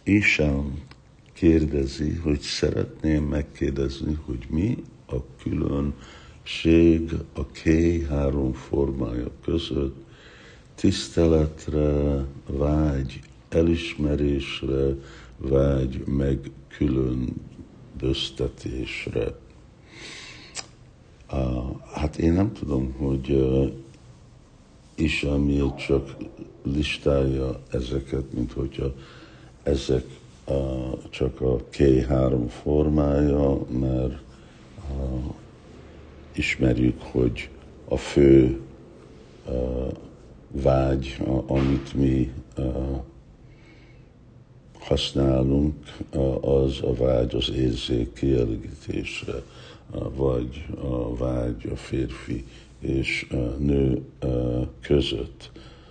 Isám kérdezi, hogy szeretném megkérdezni, hogy mi a különbség a K3 formája között, tiszteletre, vágy elismerésre, vágy megkülönböztetésre. Hát én nem tudom, hogy Isám miért csak listálja ezeket, mint hogyha ezek csak a K3 formája, mert ismerjük, hogy a fő vágy, amit mi használunk, az a vágy az érzék kielégítésre, vagy a vágy a férfi és nő között,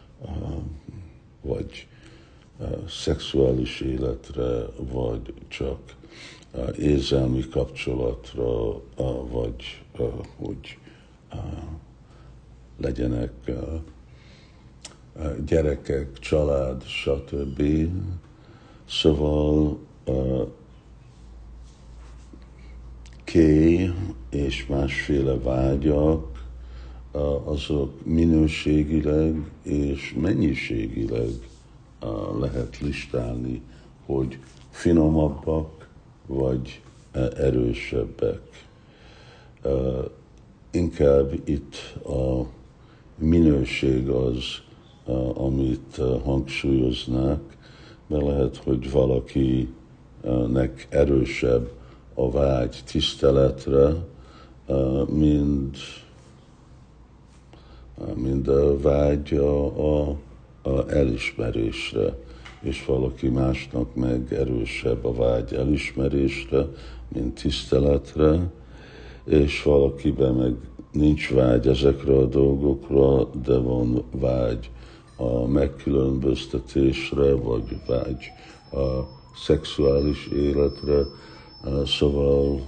vagy szexuális életre, vagy csak érzelmi kapcsolatra, vagy hogy legyenek gyerekek, család, stb. Szóval K és másféle vágyak, azok minőségileg és mennyiségileg lehet listálni, hogy finomabbak vagy erősebbek. Inkább itt a minőség az, amit hangsúlyoznák, mert lehet, hogy valakinek erősebb a vágy tiszteletre, mint a vágy a elismerésre, és valaki másnak meg erősebb a vágy elismerésre, mint tiszteletre, és valakiben meg nincs vágy ezekre a dolgokra, de van vágy a megkülönböztetésre, vagy vágy a szexuális életre. Szóval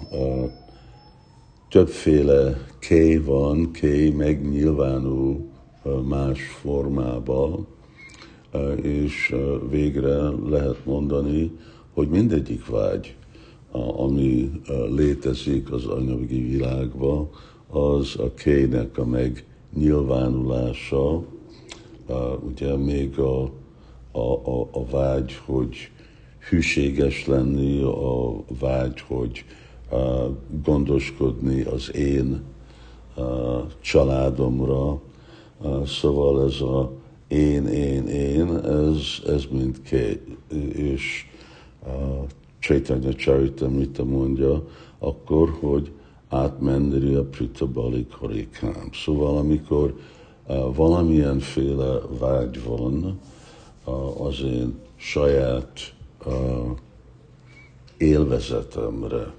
többféle K van, K megnyilvánul más formában, és végre lehet mondani, hogy mindegyik vágy, ami létezik az anyagi világban, az a K-nek a megnyilvánulása. Ugye még a vágy, hogy hűséges lenni, a vágy, hogy gondoskodni az én családomra. Szóval ez a én, ez mind K. És Chaitanya Charitamrita mondja akkor, hogy átmendriya pritabalik harikám. Szóval amikor valamilyenféle vágy van az én saját élvezetemre,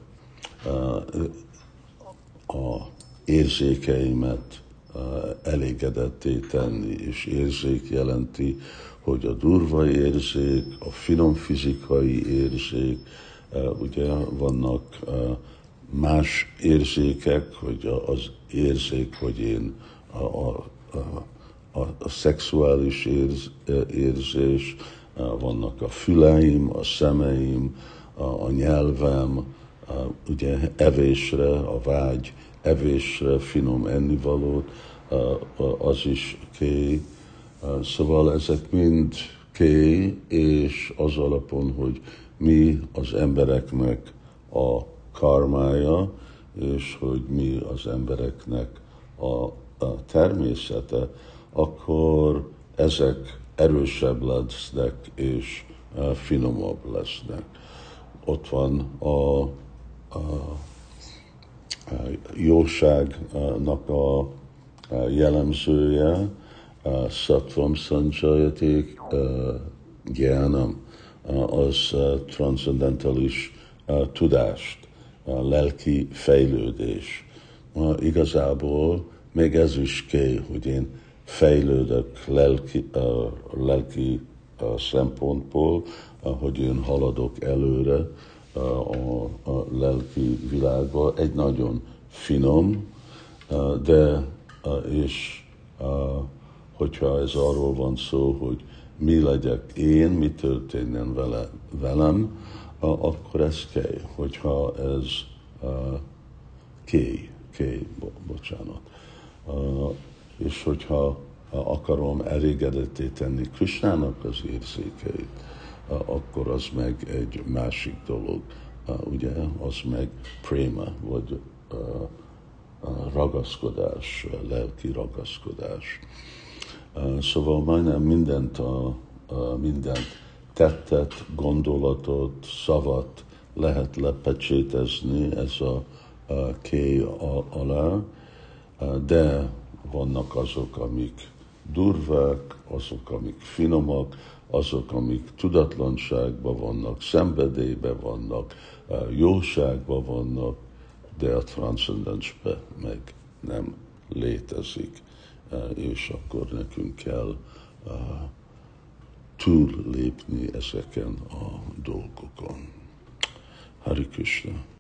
a érzékeimet elégedetté tenni, és érzék jelenti, hogy a durva érzék, a finom fizikai érzék, ugye vannak más érzékek, hogy az érzék, hogy én a szexuális érzés, vannak a füleim, a szemeim, a nyelvem, ugye evésre, a vágy evésre, finom ennivalót, az is K. Szóval ezek mind K, és az alapon, hogy mi az embereknek a karmája, és hogy mi az embereknek a természete, akkor ezek erősebb lesznek, és finomabb lesznek. Ott van a jóságnak a jellemzője, Sattvam Sanjayate Gyánam, az transzendentális tudást, lelki fejlődés. Igazából még ez is kell, hogy én fejlődök lelki szempontból, hogy én haladok előre a lelki világba. Egy nagyon finom, de és hogyha ez arról van szó, hogy mi legyek én, mi történjen vele, velem, akkor ez kéj. Hogyha ez bocsánat. És hogyha akarom elégedetté tenni Krisnának az érzékeit, akkor az meg egy másik dolog. Ugye, az meg préma, vagy ragaszkodás, lelki ragaszkodás. Szóval majdnem mindent tettet, gondolatot, szavat lehet lepecsétezni ez a ké alá, de vannak azok, amik durvák, azok, amik finomak, azok, amik tudatlanságban vannak, szenvedélyben vannak, jóságban vannak, de a transzcendensben meg nem létezik, és akkor nekünk kell túllépni ezeken a dolgokon. Hare Krishna.